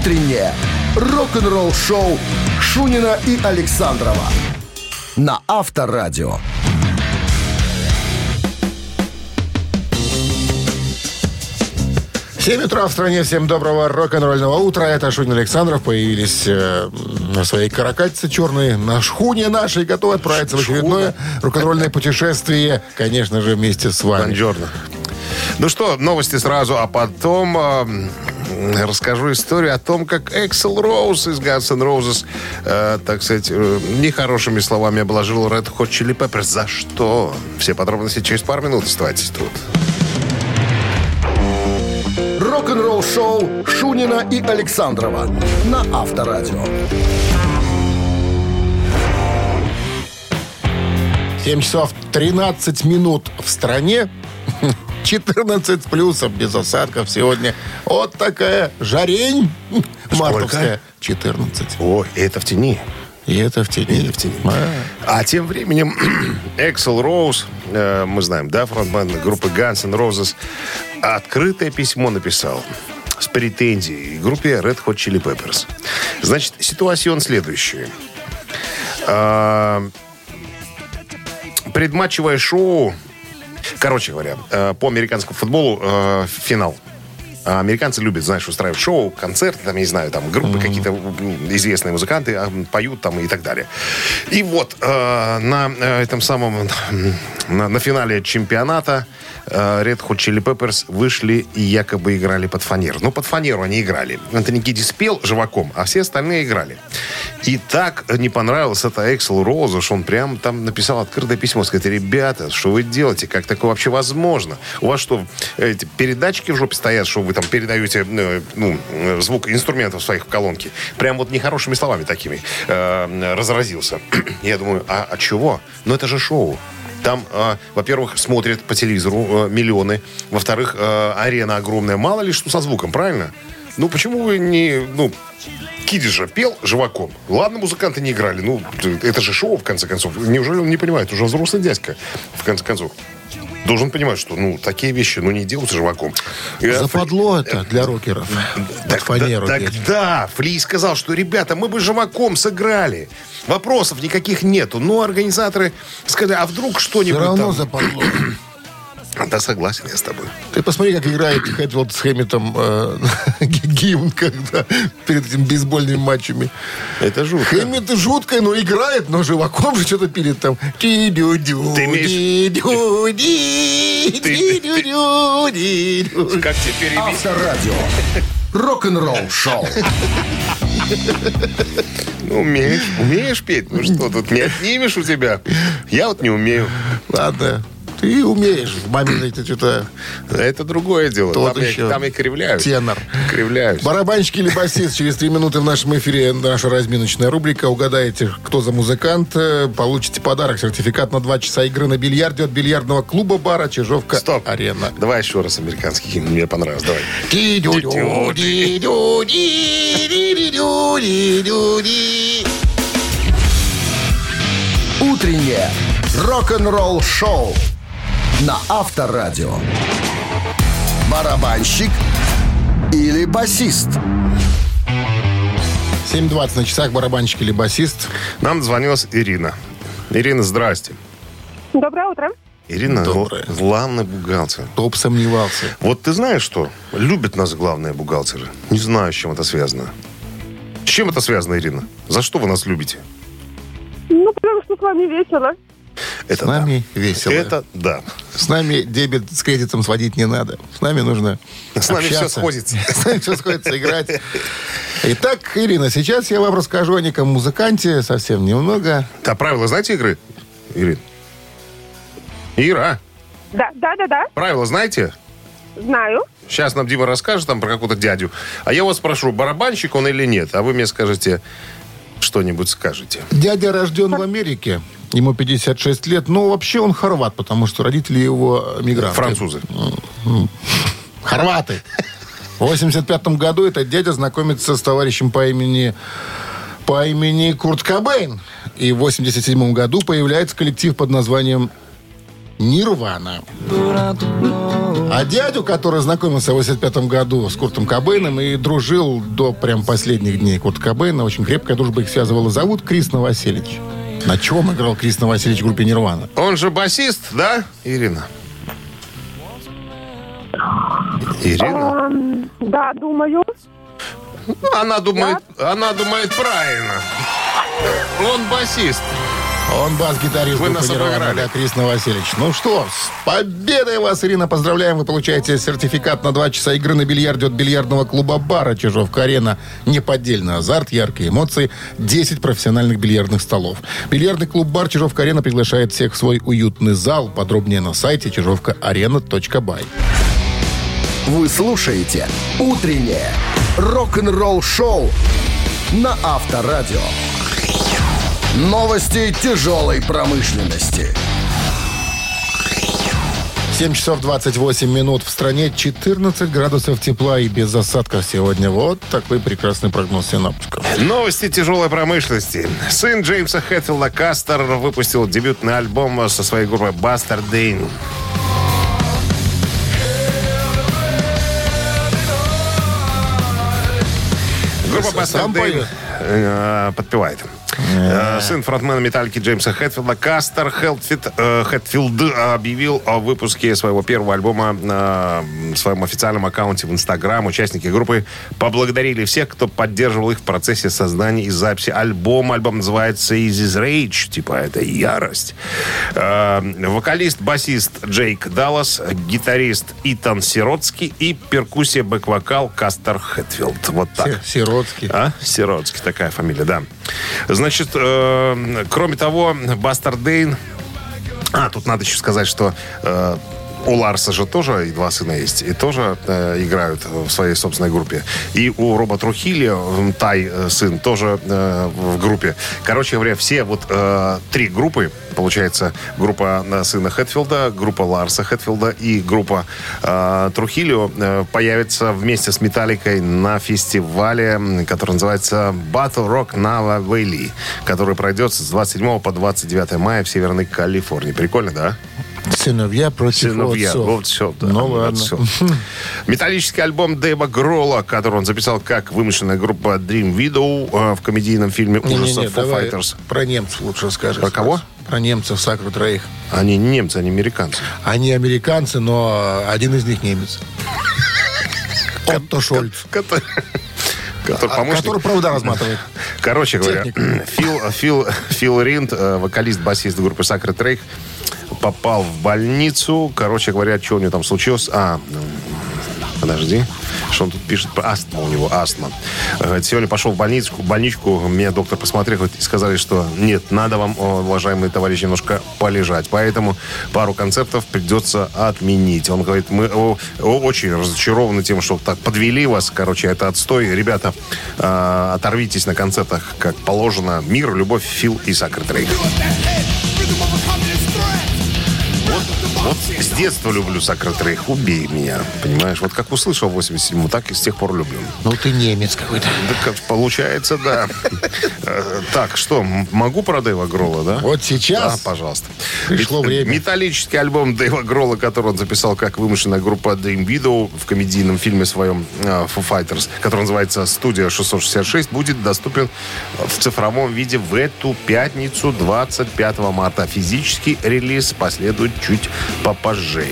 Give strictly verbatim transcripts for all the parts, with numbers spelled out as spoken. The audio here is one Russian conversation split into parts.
Утреннее рок-н-ролл-шоу Шунина и Александрова на Авторадио. семь утра в стране. Всем доброго рок-н-ролльного утра. Это Шунин Александров. Появились э, на своей каракатице черной на шхуне нашей. Готовы отправиться в очередное рок-н-ролльное путешествие. Конечно же, вместе с вами. Бонжорно. Ну что, новости сразу, а потом э, расскажу историю о том, как Эксел Роуз из Guns N' Roses, э, так сказать, э, нехорошими словами обложил Red Hot Chili Peppers. За что? Все подробности через пару минут. Оставайтесь тут. Рок-н-ролл-шоу Шунина и Александрова на Авторадио. семь часов тринадцать минут в стране. четырнадцать с плюсом, без осадков сегодня. Вот такая жарень мартовская. четырнадцать. Ой, это в тени. И это в тени. Это в тени. А. а тем временем Эксел Роуз, э, мы знаем, да, фронтмен группы Guns N' Roses, открытое письмо написал с претензией группе Red Hot Chili Peppers. Значит, ситуация следующая. Э, предматчевое шоу, короче говоря, э, по американскому футболу э, финал. А американцы любят, знаешь, устраивать шоу, концерты, там, я не знаю, там, группы mm-hmm. какие-то известные музыканты а, поют там и так далее. И вот э, на э, этом самом, на, на финале чемпионата э, Red Hot Chili Peppers вышли и якобы играли под фанеру. Ну, под фанеру они играли. Энтони Кидис пел живаком, а все остальные играли. И так не понравилось это Экселу Роузу, что он прям там написал открытое письмо. Сказать: ребята, что вы делаете? Как такое вообще возможно? У вас что, эти передатчики в жопе стоят, что вы там передаете ну, звук инструментов своих в колонке? Прям вот нехорошими словами такими э, разразился. Я думаю, а, а чего? Ну это же шоу. Там, э, во-первых, смотрят по телевизору э, миллионы. Во-вторых, э, арена огромная. Мало ли что со звуком, правильно? Ну почему вы не... Ну, Кидис же пел живаком. Ладно, музыканты не играли. Ну, это же шоу, в конце концов. Неужели он не понимает? Уже взрослый дядька, в конце концов. Должен понимать, что, ну, такие вещи, ну, не делаются живаком. Западло это для рокеров. Так, фанеру так, да, Фли сказал, что, ребята, мы бы живаком сыграли. Вопросов никаких нету. Но организаторы сказали, а вдруг что-нибудь все равно там... западло. Да, согласен я с тобой. Ты посмотри, как играет Хэтфилд с Хэмметом э, гимн, когда перед этими бейсбольными матчами. Это жутко. Хэммет жутко, но играет, но живаком же что-то пилит там. Ты имеешь... Как тебе перебить? Авторадио. Рок-н-ролл-шоу. Ну, умеешь, умеешь петь? Ну что, тут не отнимешь у тебя? Я вот не умею. Ладно. Ты умеешь. Маме что-то... Это другое дело. Там я, там я кривляюсь. Тенор. Кривляюсь. Барабанщик или басист. Через три минуты в нашем эфире наша разминочная рубрика. Угадаете, кто за музыкант. Получите подарок. Сертификат на два часа игры на бильярде от бильярдного клуба бара Чижовка Стоп. Арена. Давай еще раз американский гимн. Мне понравился. Давай. Утреннее рок-н-ролл-шоу на Авторадио. Барабанщик или басист? семь двадцать на часах. Барабанщик или басист? Нам звонилась Ирина. Ирина, здрасте. Доброе утро. Ирина, Доброе. Главный бухгалтер. Кто бы сомневался. Вот ты знаешь что? Любят нас главные бухгалтеры. Не знаю, с чем это связано. С чем это связано, Ирина? За что вы нас любите? Ну, потому что с вами весело. Это с нами да. весело. Это да. С нами дебет с кредитом сводить не надо. С нами нужно С нами общаться. все сходится. С нами все сходится, играть. Итак, Ирина, сейчас я вам расскажу о неком музыканте совсем немного. А правила знаете игры, Ирина? Ира. Да, да, да, да. Правила знаете? Знаю. Сейчас нам Дима расскажет там про какого-то дядю. А я вас спрошу, барабанщик он или нет? А вы мне скажете, что-нибудь скажете. Дядя рожден в Америке. Ему пятьдесят шесть лет. Но вообще он хорват, потому что родители его мигранты. Французы. Хорваты. В восемьдесят пятом году этот дядя знакомится с товарищем по имени по имени Курт Кобейн. И в восемьдесят седьмом году появляется коллектив под названием Нирвана. А дядю, который знакомился в восемьдесят пятом году с Куртом Кобейном и дружил до прям последних дней Курта Кобейна, очень крепкая дружба их связывала, зовут Крис Новосельевич. На чем играл Крис Новосельевич в группе Нирвана? Он же басист, да, Ирина? Ирина? Эм, да, думаю. Она думает, она думает правильно. Он басист. Он бас-гитарист Вы группы нас Нирвана, обыграли. да, Крис Новосельевич. Ну что, с победой вас, Ирина, поздравляем. Вы получаете сертификат на два часа игры на бильярде от бильярдного клуба-бара «Чижовка-арена». Неподдельный азарт, яркие эмоции, десять профессиональных бильярдных столов. Бильярдный клуб-бар «Чижовка-арена» приглашает всех в свой уютный зал. Подробнее на сайте чижовка арена точка бай. Вы слушаете «Утреннее рок-н-ролл-шоу» на Авторадио. Новости тяжелой промышленности. семь часов двадцать восемь минут. В стране четырнадцать градусов тепла и без осадков сегодня. Вот такой прекрасный прогноз синоптиков. Новости тяжелой промышленности. Сын Джеймса Хэтфилда Кастер выпустил дебютный альбом со своей группой Бастер Дейн. Группа Бастер Сам Дейн поет? э, подпевает. Э, Сын фронтмена Металлики Джеймса Хэтфилда Кастер Хэтфилд, э, Хэтфилд объявил о выпуске своего первого альбома на своем официальном аккаунте в Инстаграм. Участники группы поблагодарили всех, кто поддерживал их в процессе создания и записи альбома. Альбом называется Easy's Rage, типа это ярость. Э, Вокалист, басист Джейк Даллас, гитарист Итан Сиротский и перкуссия, бэк-вокал Кастер Хэтфилд. Вот так. Сиротский. А? Сиротский, такая фамилия, да. Значит, э, кроме того, Бастер Дейн... А, тут надо еще сказать, что э, у Ларса же тоже и два сына есть, и тоже э, играют в своей собственной группе. И у Роба Трухильо, Тай, э, сын, тоже э, в группе. Короче говоря, все вот э, три группы, получается, группа сына Хэтфилда, группа Ларса Хэтфилда и группа э, Трухильо э, появятся вместе с Металликой на фестивале, который называется Battle Rock Nava Valley, который пройдет с двадцать седьмого по двадцать девятое мая в Северной Калифорнии. Прикольно, да? Сыновья против Сыновья. отцов. Вот все, да. Ну Вот ладно. всё. Металлический альбом Дэйва Гролла, который он записал как вымышленная группа Dream Widow э, в комедийном фильме ужасов Не-не-не, Foo давай Fighters. про немцев лучше скажи. Про кого? Про немцев, Сакру Трейх. Они не немцы, они американцы. Они американцы, но один из них немец. Отто Шольц. Который, который А, помощник. который провода разматывает. Короче говоря, Техник. Фил, Фил, Фил Ринд, э, вокалист-басист группы Sacred Trake, попал в больницу. Короче говоря, что у него там случилось? А, подожди. Что он тут пишет? Астма у него, астма. Э, Сегодня пошел в больничку, в больничку. Меня доктор посмотрел и сказали, что нет, надо вам, о, уважаемые товарищи, немножко полежать. Поэтому пару концертов придется отменить. Он говорит, мы о, о, очень разочарованы тем, что так подвели вас. Короче, это отстой. Ребята, э, оторвитесь на концертах, как положено. Мир, любовь, Фил и Sacred Trake. Вот с детства люблю Sacred Trake. Убей меня, понимаешь? Вот как услышал в восемьдесят седьмом, так и с тех пор люблю. Ну ты немец какой-то. Да, как получается, да. Э, Так, что, м- могу про Дэйва Гролла, да? Вот сейчас Да, пожалуйста. пришло Мет- время. Металлический альбом Дэйва Гролла, который он записал как вымышленная группа Dream Widow в комедийном фильме своем э, Foo Fighters, который называется «Студия шестьсот шестьдесят шесть», будет доступен в цифровом виде в эту пятницу, двадцать пятого марта. Физический релиз последует чуть попозже.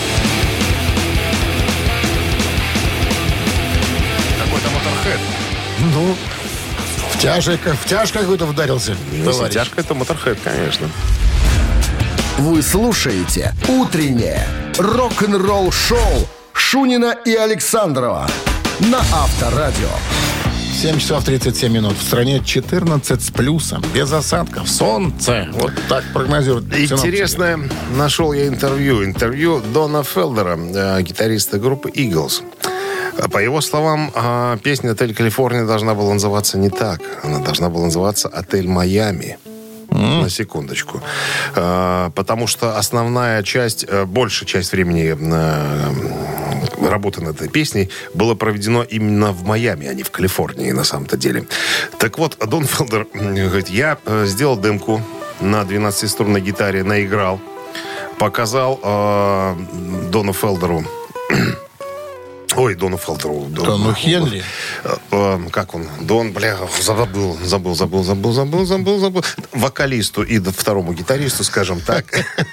Какой-то Motorhead. Ну, в тяжесть, в тяжесть какой-то вдарился. Если товарищ. тяжко, это Motorhead, конечно. Вы слушаете «Утреннее рок-н-ролл-шоу» Шунина и Александрова на Авторадио. семь часов тридцать семь минут. В стране четырнадцать с плюсом. Без осадков. Солнце. Вот так прогнозируют синоптики. Интересное, нашел я интервью. Интервью Дона Фелдера, э, гитариста группы Eagles. По его словам, э, песня «Отель Калифорния» должна была называться не так. Она должна была называться «Отель Майами». На секундочку. Э, потому что основная часть, э, большая часть времени э, работы над этой песней было проведено именно в Майами, а не в Калифорнии на самом-то деле. Так вот, Дон Фелдер э, говорит, я э, сделал демку на двенадцатиструнной гитаре, наиграл. показал э, Дону Фелдеру. Ой, Дону Фелдеру. Дону Хенли. Э, э, как он? Дон, бля, забыл, забыл, забыл, забыл, забыл, забыл, забыл. Вокалисту и второму гитаристу, скажем так.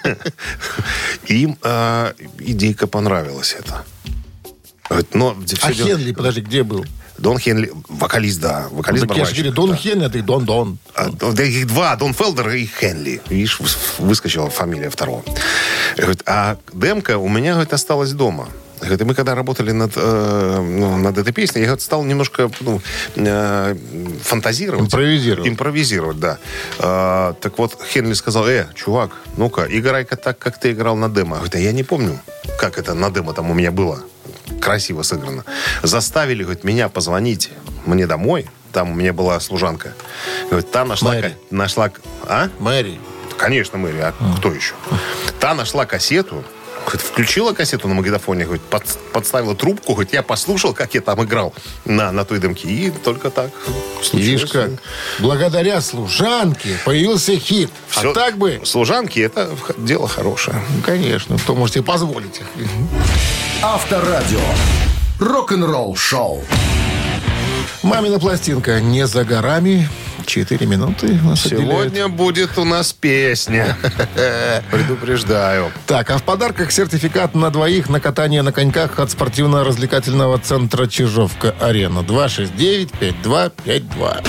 Им э, идейка понравилась эта. Но А Хенли, подожди, где был? Дон Хенли, вокалист, да. Вокалист, так я же говорю, Дон да. Хенли, а ты Дон Дон. А, да, их два, Дон Фелдер и Хенли. Видишь, выскочила фамилия второго. Говорит, а демка у меня, говорит, осталась дома. Говорит, и мы когда работали над, э, ну, над этой песней, я говорит, стал немножко ну, э, фантазировать. Импровизировать. Импровизировать, да. Э, так вот, Хенли сказал, э, чувак, ну-ка, играй-ка так, как ты играл на демо. Говорит, а я не помню, как это на демо там у меня было. Красиво сыграно. Заставили, говорит, меня позвонить мне домой. Там у меня была служанка. Говорит, та нашла... Мэри. нашла а? Мэри. Конечно, Мэри. А mm. кто еще? Та нашла кассету. Говорит, включила кассету на магнитофоне. Говорит, под, подставила трубку. Говорит, я послушал, как я там играл на, на той демке. И только так. Видишь как? Благодаря служанке появился хит. Все, а так бы... Служанки — это дело хорошее. Ну, конечно. Кто может себе позволить. Авторадио. Рок-н-ролл шоу. Мамина пластинка не за горами. Четыре минуты нас Сегодня отделяют. Будет у нас песня. Предупреждаю. Так, а в подарках сертификат на двоих на катание на коньках от спортивно-развлекательного центра Чижовка-Арена. два шесть девять пять два пять два.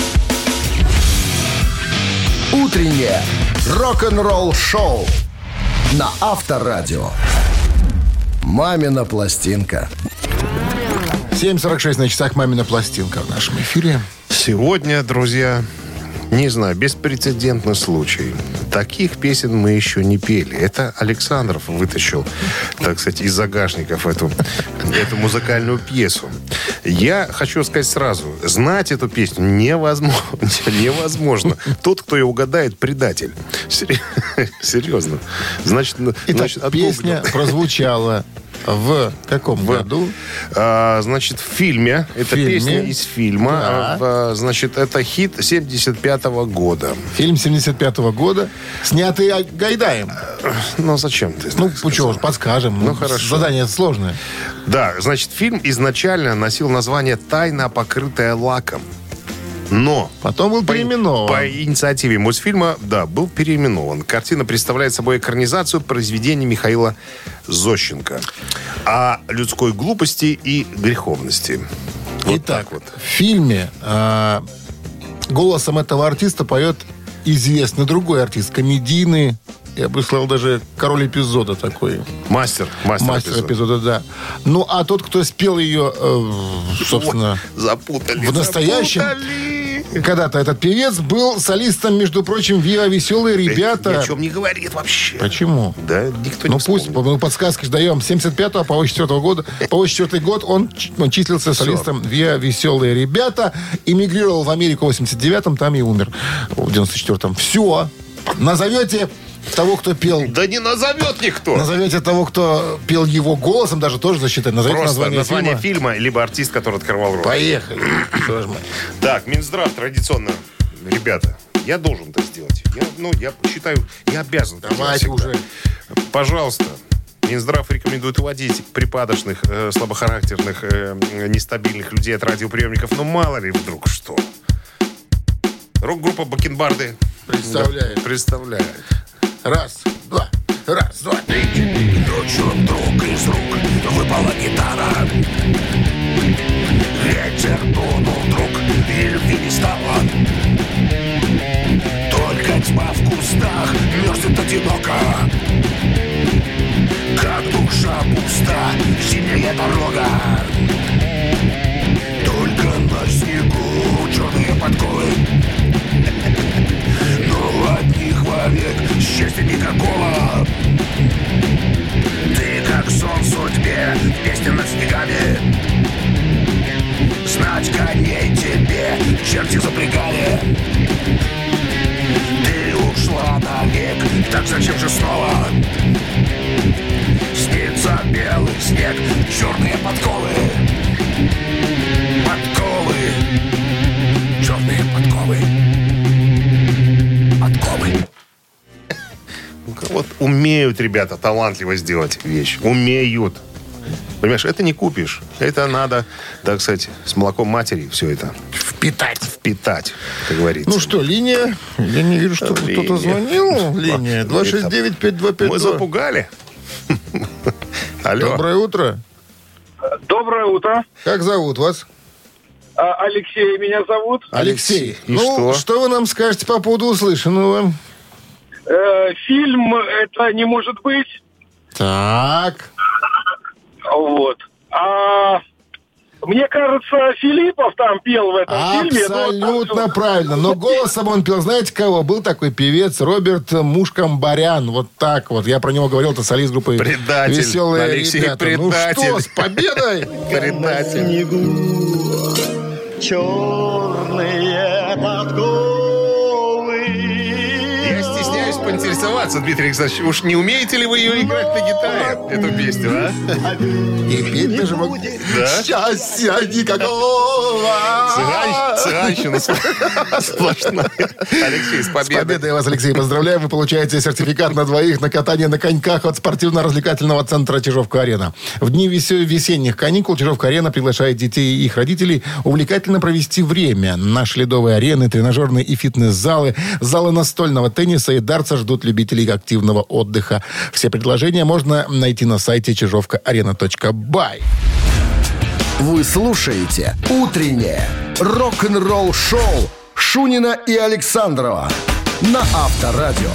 Утреннее рок-н-ролл шоу на Авторадио. Мамина пластинка. семь сорок шесть на часах «Мамина пластинка» в нашем эфире. Сегодня, друзья, не знаю, беспрецедентный случай. Таких песен мы еще не пели. Это Александров вытащил, так сказать, из загашников эту, эту музыкальную пьесу. Я хочу сказать сразу, знать эту песню невозможно. невозможно. Тот, кто ее угадает, предатель. Серьезно. Значит, Итак, значит песня прозвучала в каком в, году? А, значит, в фильме. Это фильме. Песня из фильма. Да. А, значит, это хит семьдесят пятого года. Фильм семьдесят пятого года, снятый Гайдаем. Ну, зачем ты? Ну, что уж, подскажем. Ну, хорошо. Задание сложное. Да, значит, фильм изначально носил название «Тайна, покрытая лаком». Но потом был переименован. По, по инициативе Мосфильма, да, был переименован. Картина представляет собой экранизацию произведения Михаила Зощенко о людской глупости и греховности. Вот Итак, так вот. В фильме э, голосом этого артиста поет известный другой артист, комедийный, я бы сказал, даже король эпизода такой. Мастер. Мастер, Мастер эпизода. эпизода, да. Ну, а тот, кто спел ее, э, собственно... Ой, запутали, в настоящем... запутали. Когда-то этот певец был солистом, между прочим, «Виа Веселые ребята». Ни о чем не говорит вообще. Почему? Да, никто ну, не пусть, мы подсказки даем. С семьдесят пятого по восемьдесят четвёртого года. По восемьдесят четвёртый год он, он числился солистом «Виа Веселые ребята». Эмигрировал в Америку в восемьдесят девятом, там и умер в девяносто четвёртом. Все. Назовете того, кто пел... Да не назовет никто. Назовете того, кто пел его голосом, даже тоже засчитать. Назовете Просто название, название фильма. фильма, либо артист, который открывал рот. Поехали. Так, Минздрав традиционно. Ребята, я должен это сделать. Я, ну, я считаю, я обязан. Давайте уже. Пожалуйста. Минздрав рекомендует уводить припадочных, э, слабохарактерных, э, нестабильных людей от радиоприемников. Но мало ли вдруг что. Рок-группа «Бакенбарды» представляет. Да, представляет. Раз, два, раз, два, три, четыре. Ночью вдруг из рук выпала гитара. Ветер дунул вдруг, и любви не стало. Только тьма в кустах мерзнет одиноко. Как душа пуста, зимняя дорога. Только на снегу черные подковы. Но от них вовек счастья никакого. Ты как сон судьбе, песня над снегами. Знать коней тебе черти запрягали. Ты ушла навек, так зачем же снова? Снится белый снег, черные подковы. Подковы, черные подковы. Подковы. Вот умеют ребята талантливо сделать вещь. Умеют. Понимаешь, это не купишь. Это надо, так сказать, с молоком матери все это Впитать. впитать, как говорится. Ну что, линия? Я не вижу, что Линия. кто-то звонил. Линия два шесть девять пять два пять два. Мы запугали. Алло. Доброе утро. Доброе утро. Как зовут вас? А, Алексей меня зовут. Алексей. И ну, что? что вы нам скажете по поводу услышанного? Э, фильм «Это не может быть». Так. Вот. А мне кажется, Филиппов там пел в этом фильме. но- Абсолютно правильно. Но голосом он пел, знаете кого? Был такой певец Роберт Мушкамбарян. Вот так вот. Я про него говорил, это солист группы Предатель. «Веселые Алексей, ребята». предатель. Ну что, с победой! Предатель. Черные подковы. Я стесняюсь поинтересоваться, Дмитрий Александрович, уж не умеете ли вы ее играть на гитаре, эту песню, а? И петь даже могу. Да? Счастья никакого! Цыган- Цыганщина сплошная. Алексей, с С победой. победой я вас, Алексей, поздравляю. Вы получаете сертификат на двоих на катание на коньках от спортивно-развлекательного центра «Чижовка-арена». В дни весе- весенних каникул «Чижовка-арена» приглашает детей и их родителей увлекательно провести время. Наши ледовые арены, тренажерные и фитнес-залы, залы настольного тенниса и дартса ждут любителей активного отдыха. Все предложения можно найти на сайте чижовка арена точка бай. Вы слушаете «Утреннее рок-н-ролл-шоу» Шунина и Александрова на Авторадио.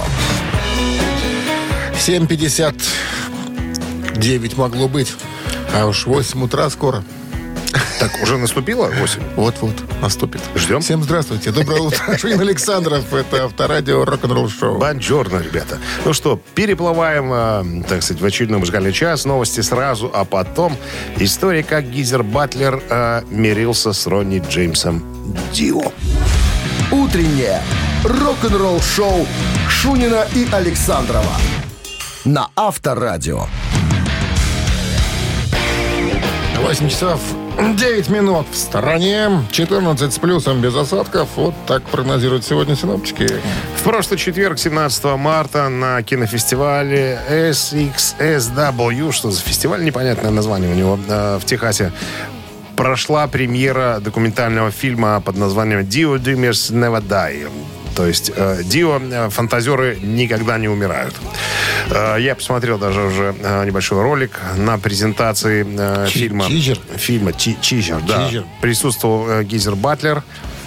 семь пятьдесят девять могло быть, а уж восемь утра скоро. Так, уже наступило восемь? Вот-вот, наступит. Ждем. Всем здравствуйте. Доброе утро. Шунин Александров. Это Авторадио рок-н-ролл шоу. Бонжорно, ребята. Ну что, переплываем, э, так сказать, в очередной музыкальный час. Новости сразу, а потом история, как Гизер Батлер э, мирился с Ронни Джеймсом Дио. Утреннее рок-н-ролл-шоу Шунина и Александрова на Авторадио. восемь часов девять минут в стороне. четырнадцать с плюсом без осадков. Вот так прогнозируют сегодня синоптики. В прошлый четверг, семнадцатого марта, на кинофестивале эс икс эс дабл ю, что за фестиваль, непонятное название у него, э, в Техасе, прошла премьера документального фильма под названием «Dio Dreamers Never Die». То есть э, Дио, э, фантазеры никогда не умирают. Э, я посмотрел даже уже э, небольшой ролик на презентации э, Чи- фильма. Чизер? Фильма Чи- Чизер, да. Чизер. Присутствовал э, Гизер Батлер.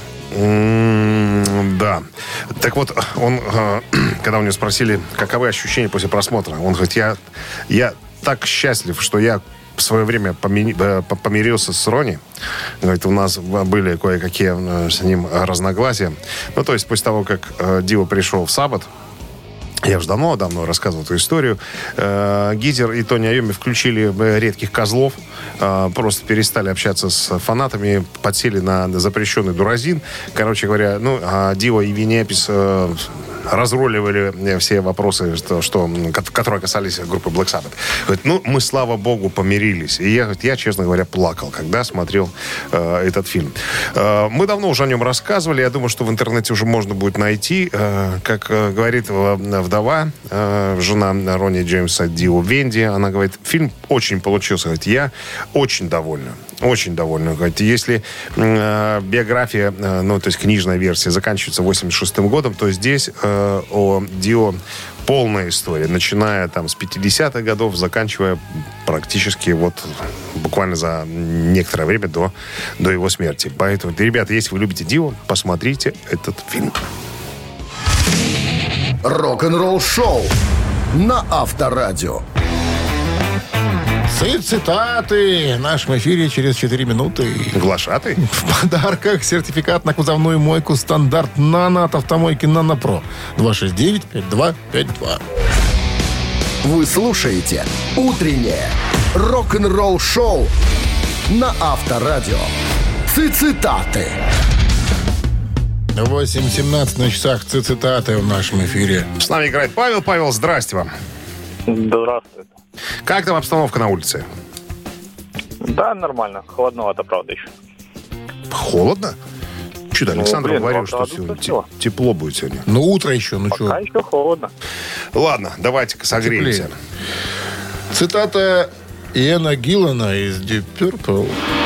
М, Да. Так вот, он, э, когда у него спросили, каковы ощущения после просмотра, он говорит, я, я так счастлив, что я в свое время помени- э, по- помирился с Ронни. Говорит, у нас были кое-какие э, с ним разногласия. Ну, то есть, после того, как э, Дио пришел в Саббат, я уже давно-давно рассказывал эту историю. Э, Гизер и Тони Айоми включили э, редких козлов, э, просто перестали общаться с фанатами, подсели на запрещенный дуразин. Короче говоря, ну, а Дио и Винни Эпис э, разруливали все вопросы, что, что, которые касались группы Black Sabbath. Говорит, ну, мы, слава богу, помирились. И я, я, честно говоря, плакал, когда смотрел э, этот фильм. Э, мы давно уже о нем рассказывали. Я думаю, что в интернете уже можно будет найти. Э, как э, говорит вдова, э, жена Ронни Джеймса Дио, Венди, она говорит, фильм очень получился. Говорит, я очень довольна. Очень довольна. Говорит, если э, биография, э, ну, то есть книжная версия заканчивается восемьдесят шестым годом, то здесь э, о Дио полная история, начиная там с пятидесятых годов, заканчивая практически вот буквально за некоторое время до, до его смерти. Поэтому, ребята, если вы любите Дио, посмотрите этот фильм. Рок-н-ролл-шоу на Авторадио. Цитаты в нашем эфире через четыре минуты. Глашатый? В подарках сертификат на кузовную мойку «Стандарт Нано» от автомойки «Нано Про». два шесть девять пять два пять два. Вы слушаете «Утреннее рок-н-ролл-шоу» на Авторадио. Цитаты. восемь семнадцать на часах. Цитаты в нашем эфире. С нами играет Павел. Павел, здрасте вам. Здравствуйте. Как там обстановка на улице? Да, нормально. Холодновато, правда, еще. Холодно? Что-то Александр блин, говорил, вам что дадут сегодня всё. те- тепло будет сегодня. Ну, утро еще, ну Пока что. еще холодно. Ладно, давайте-ка согреемся. Теплее. Цитата Иэна Гиллана из Deep Purple.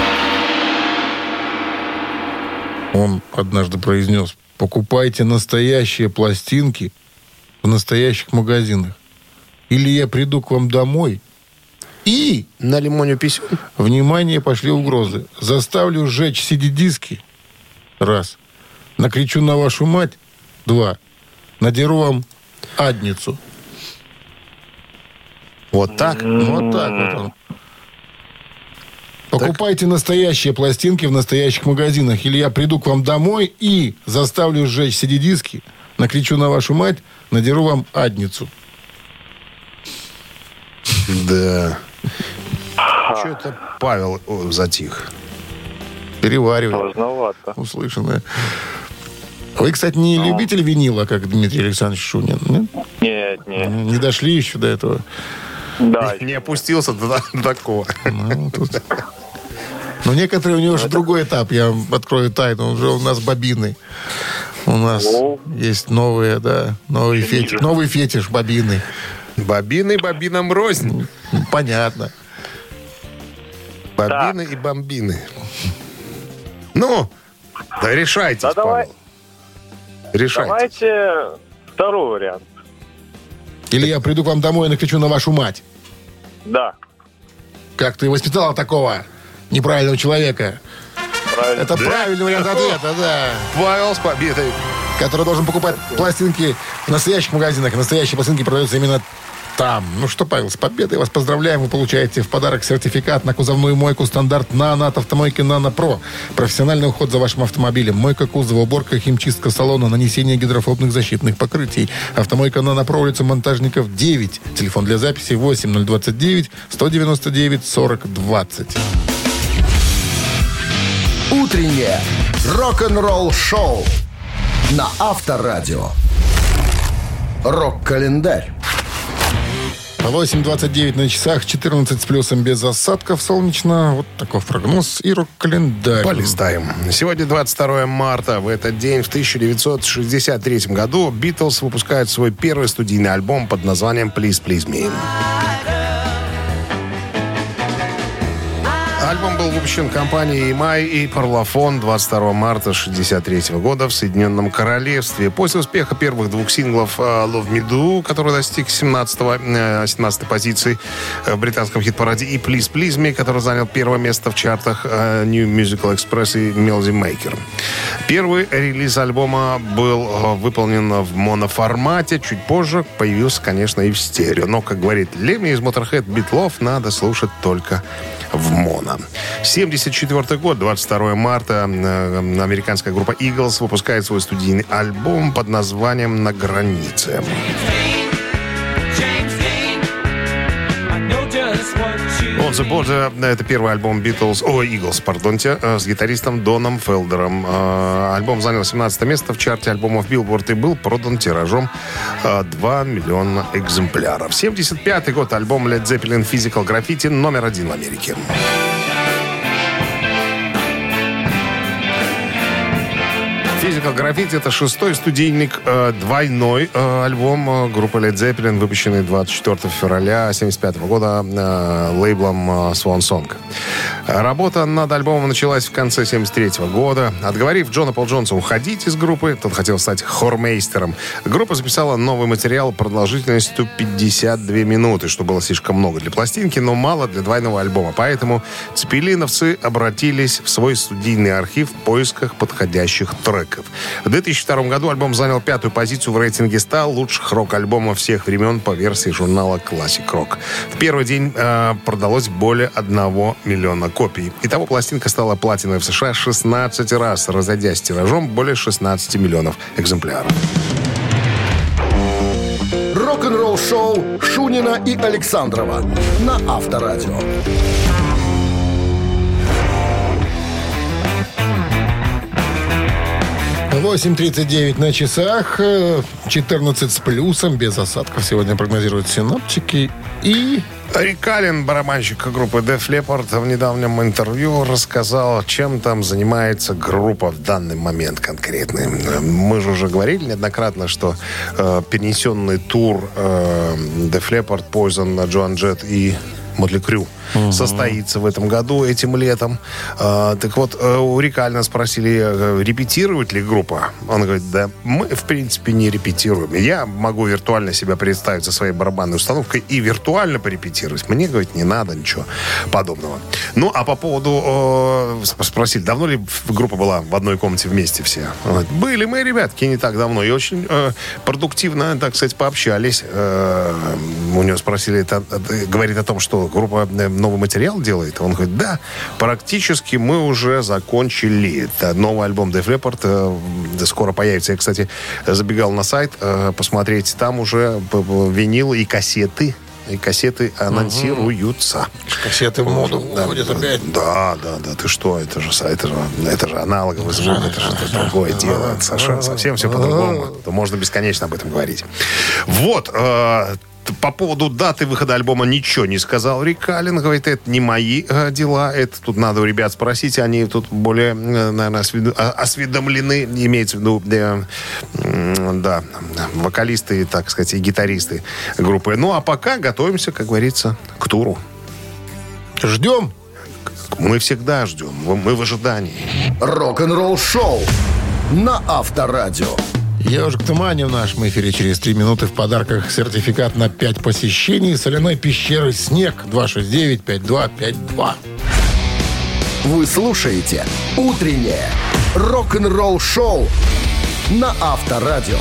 Он однажды произнес: покупайте настоящие пластинки в настоящих магазинах. Или я приду к вам домой и... На лимоне писем. Внимание, пошли угрозы. Заставлю сжечь си ди-диски. Раз. Накричу на вашу мать. Два. Надеру вам адницу. Вот так? Вот так вот он. Покупайте настоящие пластинки в настоящих магазинах. Или я приду к вам домой и заставлю сжечь си ди-диски. Накричу на вашу мать. Надеру вам адницу. Да. Что это Павел о, затих? Переваривай Сложновато. услышанное. Вы, кстати, не любитель винила, как Дмитрий Александрович Шунин? Нет? Нет, нет. Не дошли еще до этого. Да. Не опустился до, до такого. Ну, тут... Но некоторые у него уже другой этап. Я вам открою тайну. Уже у нас бобины. У нас О. есть новые, да, новый фетиш. Новый фетиш бобины. Бобины бобинам рознь. Понятно. Бобины и бомбины. Ну, да решайтесь, Да давай. Павел. Решайте. Давайте второй вариант. Или я приду к вам домой и накричу на вашу мать. Да. Как ты воспитала такого неправильного человека? Правильно. Это правильный вариант ответа, да. Павел с победой. Который должен покупать пластинки в настоящих магазинах. И настоящие пластинки продаются именно там. Ну что, Павел, с победой вас поздравляем. Вы получаете в подарок сертификат на кузовную мойку стандарт «Нано» от автомойки «Нано Про». Профессиональный уход за вашим автомобилем. Мойка кузова, уборка, химчистка салона, нанесение гидрофобных защитных покрытий. Автомойка «Нано Про», улица Монтажников, девять. Телефон для записи восемь ноль двадцать девять сто девяносто девять сорок двадцать. Утреннее рок-н-ролл-шоу на Авторадио. Рок-календарь. восемь двадцать девять на часах, четырнадцать с плюсом без осадков, солнечно. Вот такой прогноз и рок-календарь. Полистаем. Сегодня двадцать второе марта. В этот день, в тысяча девятьсот шестьдесят третьем году, Битлз выпускают свой первый студийный альбом под названием «Please, Please Me». Альбом был выпущен компанией эм ай и Parlophone двадцать второго марта шестьдесят третьего года в Соединенном Королевстве. После успеха первых двух синглов «Love Me Do», который достиг семнадцатой позиции в британском хит-параде, и «Please, Please Me», который занял первое место в чартах New Musical Express и Melody Maker. Первый релиз альбома был выполнен в моноформате. Чуть позже появился, конечно, и в стерео. Но, как говорит Лемми из Motorhead, «Битлов надо слушать только в моно». семьдесят четвёртый год, двадцать второго марта, американская группа Eagles выпускает свой студийный альбом под названием «На границе». On the Border — это первый альбом Beatles, о, Eagles, пардонте, с гитаристом Доном Фелдером. Альбом занял семнадцатое место в чарте альбомов Billboard и был продан тиражом два миллиона экземпляров. семьдесят пятый год, альбом Led Zeppelin Physical Graffiti номер один в Америке. Physical Graffiti — это шестой студийник, э, двойной э, альбом э, группы Led Zeppelin, выпущенный двадцать четвёртого февраля семьдесят пятого года э, лейблом э, Swan Song. Работа над альбомом началась в конце семьдесят третьего года. Отговорив Джона Пол Джонса уходить из группы, тот хотел стать хормейстером, группа записала новый материал продолжительностью пятьдесят две минуты, что было слишком много для пластинки, но мало для двойного альбома. Поэтому цепелиновцы обратились в свой студийный архив в поисках подходящих треков. В две тысячи втором году альбом занял пятую позицию в рейтинге ста лучших рок-альбомов всех времен по версии журнала Classic Rock. В первый день э, продалось более одного миллиона копий. Итого пластинка стала платиновой в США шестнадцать раз, разойдясь тиражом более шестнадцати миллионов экземпляров. Рок-н-ролл-шоу Шунина и Александрова на Авторадио. восемь тридцать девять на часах, четырнадцать с плюсом, без осадков. Сегодня прогнозируют синоптики. И Рик Аллен, барабанщик группы Def Leppard, в недавнем интервью рассказал, чем там занимается группа в данный момент конкретный. Мы же уже говорили неоднократно, что э, перенесенный тур э, Def Leppard, Poison, Joan Jett и Мотли Крю угу. состоится в этом году, этим летом. А, так вот, у Рика Аллена спросили, репетирует ли группа. Он говорит, да, мы, в принципе, не репетируем. Я могу виртуально себя представить со своей барабанной установкой и виртуально порепетировать. Мне, говорит, не надо ничего подобного. Ну, а по поводу... Э, спросили, давно ли группа была в одной комнате вместе все? Он говорит, были мы, ребятки, не так давно. И очень э, продуктивно, так сказать, пообщались. Э, у него спросили, это, говорит о том, что группа новый материал делает? Он говорит, да, практически мы уже закончили. Это новый альбом Def Leppard э, скоро появится. Я, кстати, забегал на сайт э, посмотреть. Там уже винилы и кассеты. И кассеты анонсируются. Угу. Кассеты в моду уходят опять. Да, да, да. Ты что? Это же, это же, это же аналоговый звук. Это же другое дело. Совершенно совсем все по-другому. То можно бесконечно об этом говорить. Вот. Э, По поводу даты выхода альбома ничего не сказал Рик Аллен. Говорит, это не мои э, дела. Это тут надо у ребят спросить. Они тут более, э, наверное, осведомлены. Имеется в виду, э, э, да, вокалисты, так сказать, и гитаристы группы. Ну, а пока готовимся, как говорится, к туру. Ждем. Мы всегда ждем. Мы в ожидании. Рок-н-ролл шоу на Авторадио. «Ежик в тумане» в нашем эфире через три минуты. В подарках сертификат на пять посещений соляной пещеры «Снег». два шесть девять пять два пять два. Вы слушаете «Утреннее рок-н-ролл-шоу» на Авторадио.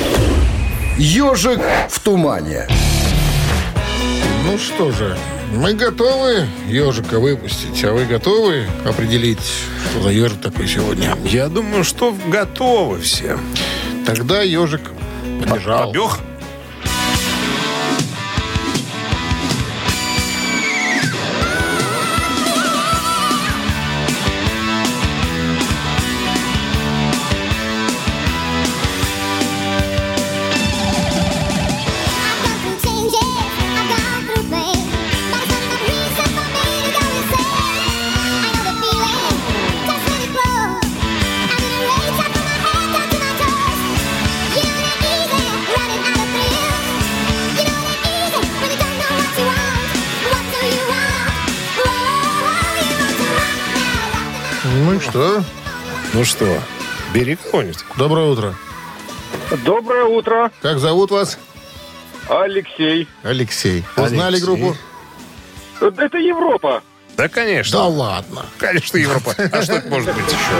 «Ежик в тумане». Ну что же, мы готовы ежика выпустить, а вы готовы определить, что за ежик такой сегодня? Я думаю, что готовы все. Тогда ежик побежал. Побег? Ну что? Ну что, бери кого-нибудь. Доброе утро. Доброе утро. Как зовут вас? Алексей. Алексей. Узнали Алексей. группу? Это Европа. Да, конечно. Да ладно. Конечно, Европа. А что это может быть еще?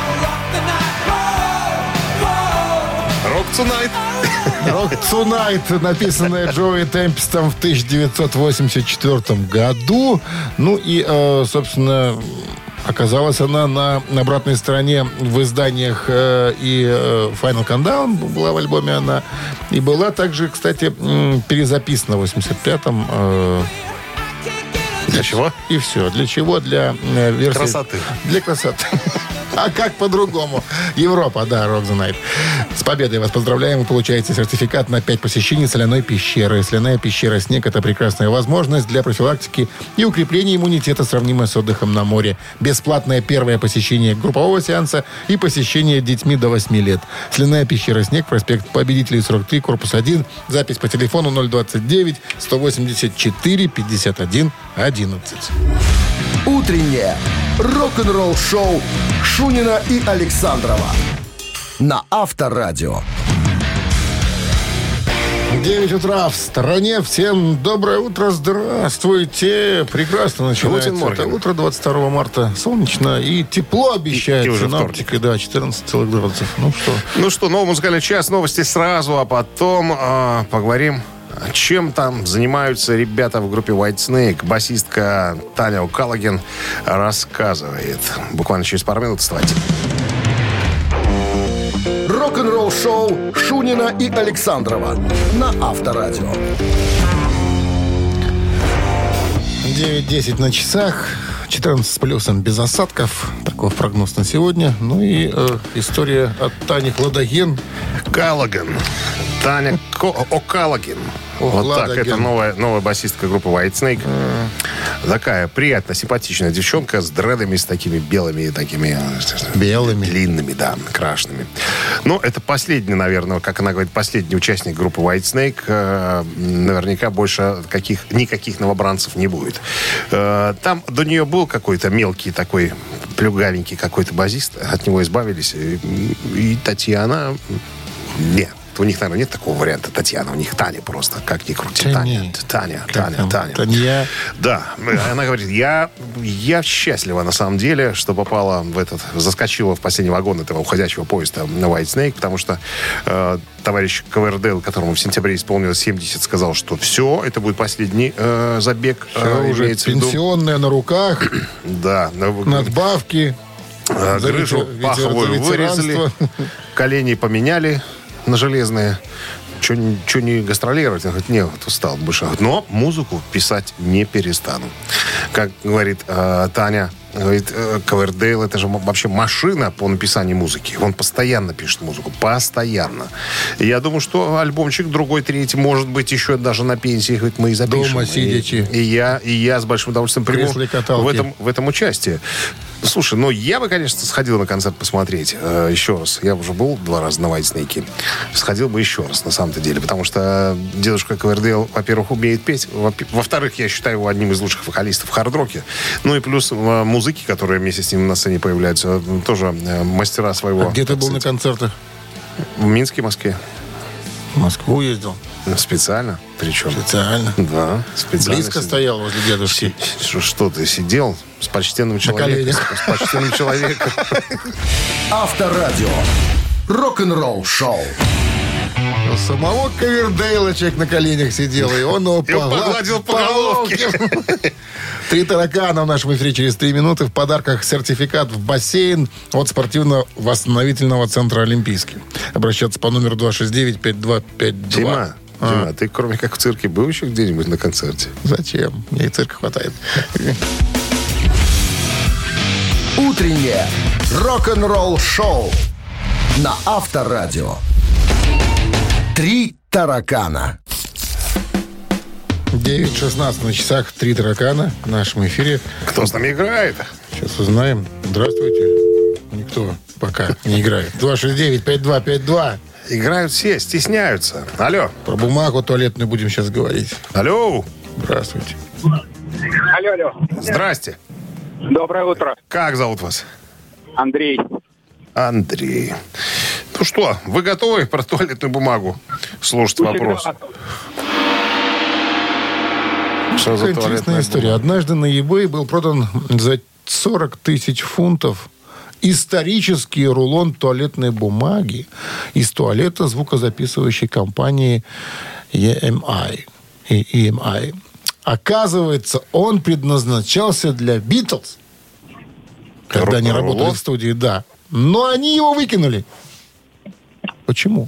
Rock Tonight. Rock Tonight, написанная Джои Темпестом в тысяча девятьсот восемьдесят четвёртом году. Ну и, э, собственно, оказалась она на, на обратной стороне в изданиях э, и э, Final Countdown была в альбоме она. И была также, кстати, м, перезаписана в восемьдесят пятом. Э, Для чего? И все. Для чего? Для э, версии... Красоты. Для красоты. А как по-другому? Европа, да, Rock the Night. С победой вас поздравляем. Вы получаете сертификат на пять посещений соляной пещеры. Соляная пещера «Снег» — это прекрасная возможность для профилактики и укрепления иммунитета, сравнимая с отдыхом на море. Бесплатное первое посещение группового сеанса и посещение детьми до восьми лет. Соляная пещера «Снег», проспект Победителей, сорок три, корпус один. Запись по телефону ноль двадцать девять сто восемьдесят четыре пятьдесят один одиннадцать. Утреннее рок-н-ролл-шоу Шунина и Александрова на Авторадио. девять утра в стране. Всем доброе утро. Здравствуйте. Прекрасно начинается это утро двадцать второго марта. Солнечно и тепло обещает. И, и уже синоптики, да, четырнадцать целых градусов. Ну что? Ну что, новый музыкальный час, новости сразу, а потом э, поговорим, чем там занимаются ребята в группе Whitesnake. Басистка Таня О'Каллаген рассказывает. Буквально через пару минут. Вставайте. Рок-н-ролл-шоу Шунина и Александрова на Авторадио. девять десять на часах. четырнадцать с плюсом без осадков. Таков прогноз на сегодня. Ну и э, история от Тани Хладоген. Каллаген. Таня Ко- О'Каллаген. Вот так. Ладоген. Это новая, новая басистка группы Whitesnake. Mm. Такая приятная, симпатичная девчонка с дредами, с такими белыми, такими... Белыми. Длинными, да, крашенными. Но это последний, наверное, как она говорит, последний участник группы Whitesnake. Э, наверняка больше каких, никаких новобранцев не будет. Э, там до нее был какой-то мелкий такой, плюгавенький какой-то базист. От него избавились. И, и Татьяна... Нет. У них, наверное, нет такого варианта Татьяна. У них Таня просто, как ни крути. Таня. Таня, Таня, Таня, там? Таня. Таня. Да, она говорит, я, я счастлива на самом деле, что попала в этот, заскочила в последний вагон этого уходящего поезда на Whitesnake, потому что э, товарищ Ковердейл, которому в сентябре исполнилось семьдесят, сказал, что все, это будет последний э, забег. Все э, уже имеется в виду. пенсионная на руках, Да. надбавки. Э, за Грыжу ветер- паховую ветер- вырезали, ветеранство. колени поменяли на железные. Что не гастролировать? Он говорит, нет, вот устал больше. Но музыку писать не перестану. Как говорит э, Таня, говорит, э, Ковердейл, это же вообще машина по написанию музыки. Он постоянно пишет музыку. Постоянно. И я думаю, что альбомчик другой, третий, может быть, еще даже на пенсии, говорит, мы и запишем. Дома сидячи. И, и, я, и я с большим удовольствием приму Кресле-каталке. в этом, в этом участие. Слушай, ну я бы, конечно, сходил на концерт посмотреть э, еще раз. Я уже был два раза на Whitesnake. Сходил бы еще раз, на самом-то деле. Потому что дедушка Ковердейл, во-первых, умеет петь. Во-вторых, я считаю его одним из лучших вокалистов в хард-роке. Ну и плюс э, музыки, которые вместе с ним на сцене появляются, тоже э, мастера своего. А где ты был на сказать, концертах? В Минске, Москве. В Москву ездил. Специально. Причем. Специально. Да, специально. Близко сидел. стоял возле дедушки. Что, что ты сидел с почтенным человеком? коленях. С почтенным человеком. Авторадио. Рок-н-ролл шоу. У самого Ковердейла человек на коленях сидел, и он его И он погладил по головке. Три таракана в нашем эфире через три минуты. В подарках сертификат в бассейн от спортивно-восстановительного центра «Олимпийский». Обращаться по номеру два шесть девять пять два пять два. Дима, А. Дима, ты кроме как в цирке был еще где-нибудь на концерте? Зачем? Мне и цирка хватает. Утреннее рок-н-ролл шоу на Авторадио. Три таракана. девять шестнадцать на часах. Три таракана в нашем эфире. Кто с нами играет? Сейчас узнаем. Здравствуйте. Никто пока не играет. два шесть девять пять два пять два. Играют все, стесняются. Алло. Про бумагу туалетную будем сейчас говорить. Алло. Здравствуйте. Алло, алло. Здрасте. Доброе утро. Как зовут вас? Андрей. Андрей. Ну что, вы готовы про туалетную бумагу слушать вопрос? Что за Интересная туалетная история. бумага? Однажды на eBay был продан за сорок тысяч фунтов исторический рулон туалетной бумаги из туалета звукозаписывающей компании и эм ай. И и эм ай. Оказывается, он предназначался для Битлз, когда они Рулон? работали в студии, да. Но они его выкинули. Почему?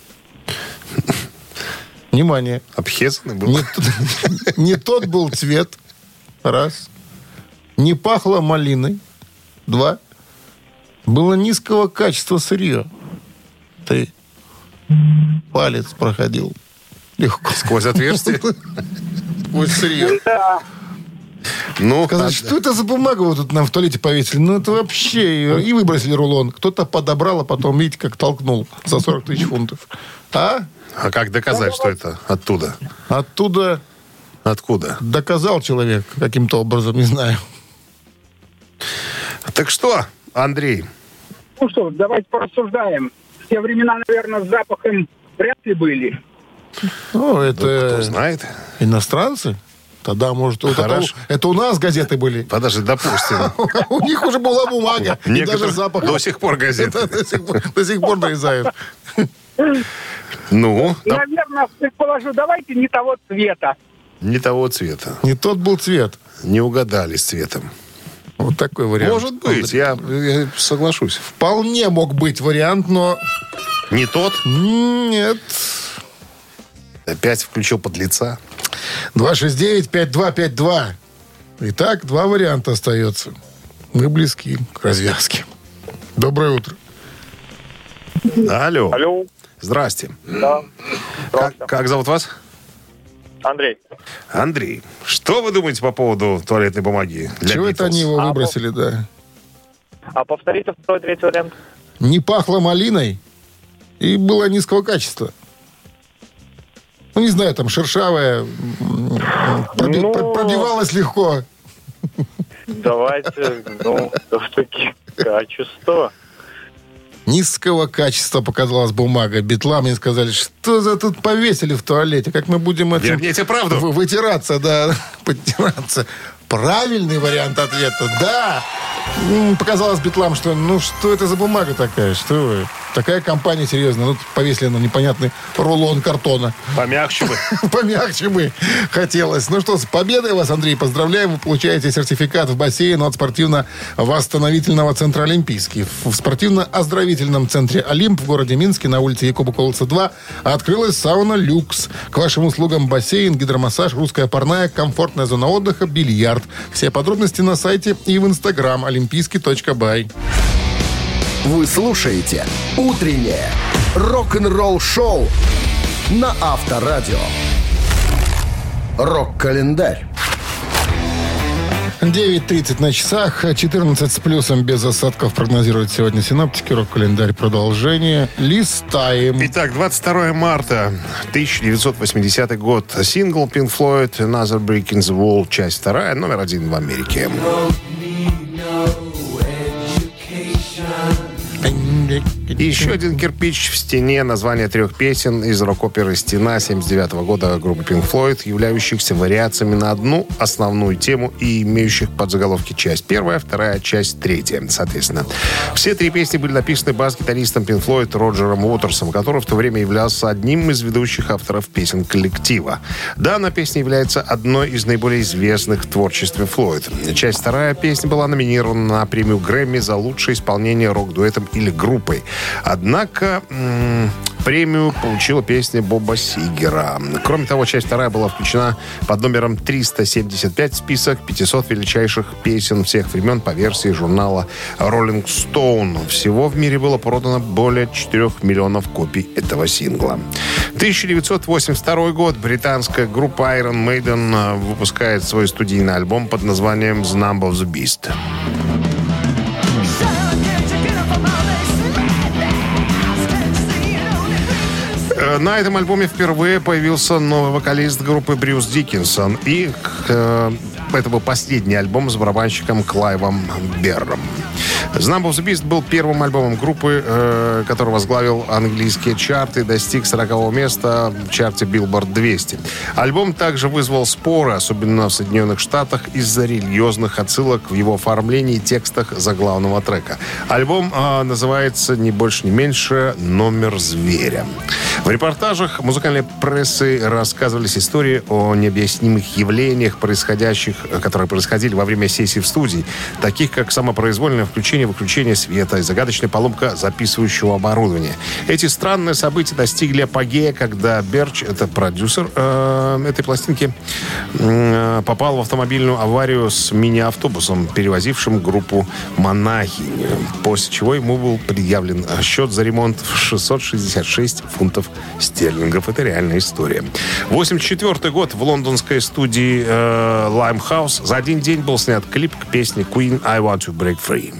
Внимание. Обхезанный был? Не, т- не тот был цвет. Раз. Не пахло малиной. Два. Было низкого качества сырье. Три. Палец проходил легко. Сквозь отверстие? Сквозь сырье. Ну, Сказать, что это за бумага вот тут нам в туалете повесили? Ну, это вообще... И выбросили рулон. Кто-то подобрал, а потом, видите, как толкнул за сорок тысяч фунтов. А? а как доказать, что это оттуда? Оттуда Откуда? доказал человек каким-то образом, не знаю. Так что, Андрей? Ну что, давайте порассуждаем. В те времена, наверное, с запахом вряд ли были. Ну, Кто это знает? иностранцы. Тогда, может, вот это, Хорошо. это у нас газеты были. Подожди, допустим. У них уже была бумага. И даже Некоторых запах. до сих пор газеты. Да, До сих пор- до сих пор нарезают. Ну, там Наверное, предположу, давайте не того цвета. не того цвета. Не тот был цвет. Не угадали с цветом. Вот такой вариант. Может быть, я, я соглашусь. Вполне мог быть вариант, но Не тот? нет. Опять включил подлеца. два шесть девять пять два пять два. Итак, два варианта остается. Мы близки к развязке. Доброе утро. Алло. Алло. Здрасте. Да. Как, как зовут вас? Андрей. Андрей, что вы думаете по поводу туалетной бумаги для Чего это Beatles? они его А, выбросили, да? А повторите второй, третий вариант. Не пахло малиной и было низкого качества. Ну, не знаю, там шершавая, м, проби- Ну. про- пробивалась легко. Давайте, ну, все-таки качество. Низкого качества показалась бумага. Битлам мне сказали, что за тут повесили в туалете, как мы будем этим Верните правду. вы- вытираться, да, подтираться. Правильный вариант ответа, да. М, Показалось Битлам, что ну что это за бумага такая, что вы? Такая компания серьезная. Ну, повесили на непонятный рулон картона. Помягче бы. Помягче бы хотелось. Ну что, с победой вас, Андрей, поздравляем. Вы получаете сертификат в бассейн от спортивно-восстановительного центра «Олимпийский». В спортивно-оздоровительном центре «Олимп» в городе Минске на улице Якуба Колоса два открылась сауна «Люкс». К вашим услугам бассейн, гидромассаж, русская парная, комфортная зона отдыха, бильярд. Все подробности на сайте и в инстаграм олимпийский точка бай. Вы слушаете «Утреннее рок-н-ролл-шоу» на Авторадио. Рок-календарь. девять тридцать на часах, четырнадцать с плюсом без осадков прогнозируют сегодня синоптики. Рок-календарь продолжение. Листаем. Итак, двадцать второго марта тысяча девятьсот восьмидесятый год. Сингл Pink Floyd «Another Brick in the Wall», часть вторая, номер один в Америке. И еще один кирпич в стене. Название трех песен из рок-оперы «Стена» семьдесят девятого года группы Pink Floyd, являющихся вариациями на одну основную тему и имеющих подзаголовки часть первая, вторая, часть третья, соответственно. Все три песни были написаны бас-гитаристом Pink Floyd Роджером Уотерсом, который в то время являлся одним из ведущих авторов песен коллектива. Данная песня является одной из наиболее известных в творчестве Floyd. Часть вторая песня была номинирована на премию Грэмми за лучшее исполнение рок-дуэтом или группой. Однако м- премию получила песня Боба Сигера. Кроме того, часть вторая была включена под номером триста семьдесят пять в список пятисот величайших песен всех времен по версии журнала Rolling Stone. Всего в мире было продано более четырех миллионов копий этого сингла. тысяча девятьсот восемьдесят второй год. Британская группа Iron Maiden выпускает свой студийный альбом под названием The Number of the Beast. На этом альбоме впервые появился новый вокалист группы Брюс Диккинсон. И э, это был последний альбом с барабанщиком Клайвом Берром. The Number of the Beast был первым альбомом группы, э, который возглавил английские чарты и достиг сорокового места в чарте Billboard двести. Альбом также вызвал споры, особенно в Соединенных Штатах, из-за религиозных отсылок в его оформлении и текстах заглавного трека. Альбом э, называется ни больше, ни меньше «Номер зверя». В репортажах музыкальной прессы рассказывались истории о необъяснимых явлениях, происходящих, которые происходили во время сессий в студии, таких как самопроизвольное включение-выключение света и загадочная поломка записывающего оборудования. Эти странные события достигли апогея, когда Берч, это продюсер э, этой пластинки, э, попал в автомобильную аварию с мини-автобусом, перевозившим группу монахинь, после чего ему был предъявлен счет за ремонт в шестьсот шестьдесят шесть фунтов стерлингов. Это реальная история. восемьдесят четвёртый год. В лондонской студии э, Limehouse за один день был снят клип к песне Queen «I Want to Break Free».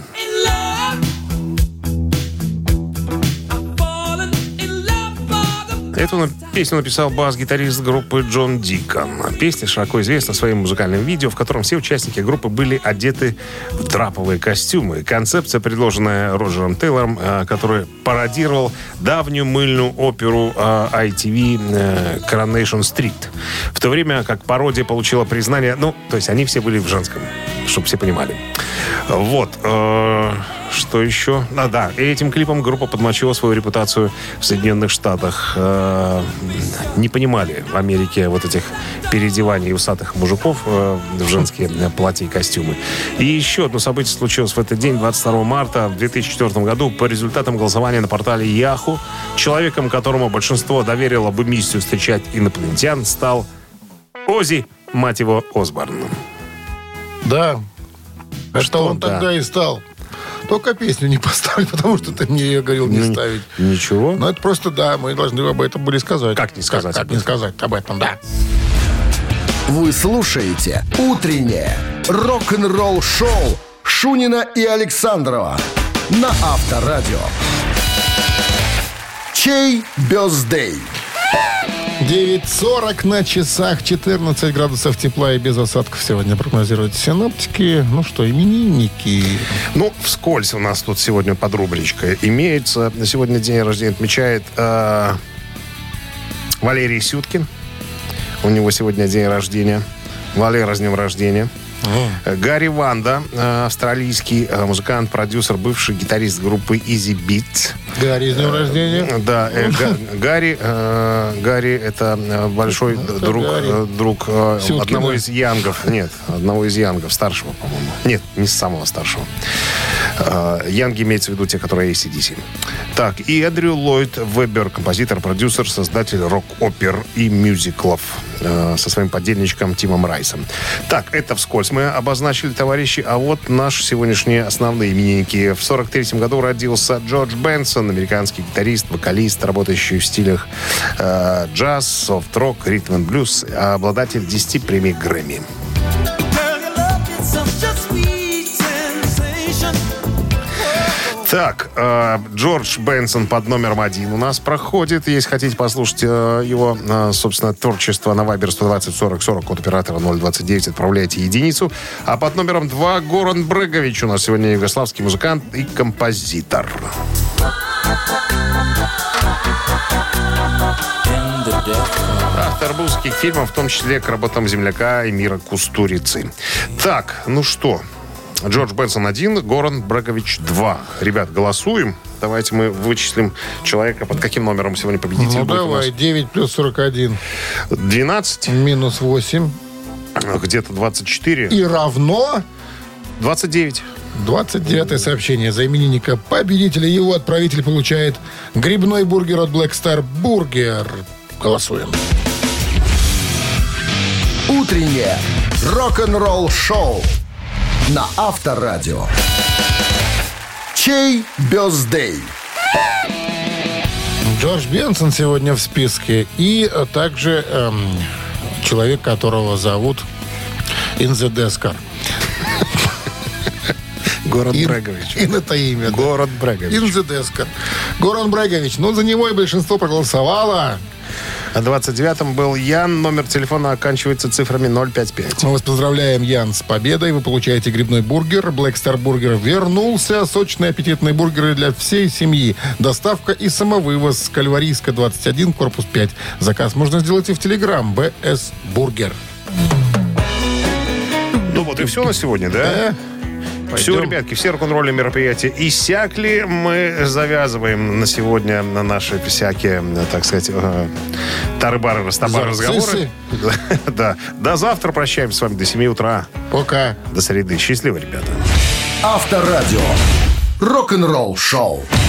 Эту песню написал бас-гитарист группы Джон Дикон. Песня широко известна своим музыкальным видео, в котором все участники группы были одеты в драповые костюмы. Концепция, предложенная Роджером Тейлором, который пародировал давнюю мыльную оперу ай ти ви Coronation Street. В то время как пародия получила признание... Ну, то есть они все были в женском, чтобы все понимали. Вот. Что еще? А, да, и этим клипом группа подмочила свою репутацию в Соединенных Штатах. Э, не понимали в Америке вот этих переодеваний усатых мужиков э, в женские платья и костюмы. И еще одно событие случилось в этот день, двадцать второго марта в две тысячи четвёртом году. По результатам голосования на портале Yahoo, человеком, которому большинство доверило бы миссию встречать инопланетян, стал Оззи, мать его, Осборн. Да. Что Что он да. тогда и стал. только песню не поставить, потому что ты мне ее говорил не Ну, ставить. Ничего. Ну, это просто, да, мы должны об этом были сказать. Как не сказать Как, об как не этом? сказать об этом, да. Вы слушаете «Утреннее рок-н-ролл-шоу» Шунина и Александрова на Авторадио. Чей бёздей? девять сорок на часах, четырнадцать градусов тепла и без осадков сегодня прогнозируют синоптики. Ну что, именинники. Ну, вскользь у нас тут сегодня под рубричкой имеется. Сегодня день рождения отмечает э, Валерий Сюткин. У него сегодня день рождения. Валера, с днем рождения. О. Гарри Ванда, э, австралийский э, музыкант, продюсер, бывший гитарист группы Easy Beat. Гарри, с днем рождения. Да, э, Га- Гарри, э, Гарри это э, большой Это друг, Гарри. э, друг э, Сюткина. одного из Янгов. Нет, одного из Янгов, старшего, по-моему. Нет, не самого старшего. Э, Янги имеется в виду те, которые эй си ди си. Так, и Эндрю Ллойд Вебер, композитор, продюсер, создатель рок-опер и мюзиклов э, со своим подельничком Тимом Райсом. Так, это вскользь мы обозначили, товарищи. А вот наши сегодняшние основные именинники. В сорок третьем году родился Джордж Бенсон, американский гитарист, вокалист, работающий в стилях э, джаз, софт-рок, ритм энд блюз, обладатель десяти премий Грэмми. Так, э, Джордж Бенсон под номером один у нас проходит. Если хотите послушать э, его, э, собственно, творчество, на Вайбер сто двадцать сорок сорок, код оператора ноль двадцать девять, отправляйте единицу. А под номером два Горан Брегович у нас сегодня югославский музыкант и композитор. Автор музыких фильмов, в том числе к работам земляка Эмира Кустурицы. Так, ну что... Джордж Бенсон один, Горан Брегович два. Ребят, голосуем. Давайте мы вычислим человека, под каким номером сегодня победитель Ну будет у давай, нас. девять плюс сорок один. двенадцать, Минус восемь. где-то двадцать четыре. И равно двадцать девять. двадцать девятое сообщение. За именинника победителя его отправитель получает грибной бургер от Black Star Burger. Голосуем. Утреннее рок-н-ролл-шоу на Авторадио. Чей бёздей? Джордж Бенсон сегодня в списке. И э, также эм, человек, которого зовут Инзе Дескар. Горан Ин- Брегович. Ин это имя. да. Горан Брегович. Инзе Дескар. Горан Брегович. Ну, за него и большинство проголосовало. А двадцать девятом был Ян. Номер телефона оканчивается цифрами ноль пять пять. Мы вас поздравляем, Ян, с победой. Вы получаете грибной бургер. Black Star Burger вернулся. Сочные аппетитные бургеры для всей семьи. Доставка и самовывоз. Кальварийска, двадцать один, корпус пять. Заказ можно сделать и в Телеграм. бэ эс Бургер. Ну вот и все на сегодня, да? Все, Пойдем. ребятки, все рок-н-ролльные мероприятия иссякли. Мы завязываем на сегодня на наши всякие, так сказать, э, тары-бары, растабары, разговоры. Да. До завтра. Прощаемся с вами до семи утра. Пока. До среды. Счастливо, ребята. Авторадио. Рок-н-ролл-шоу.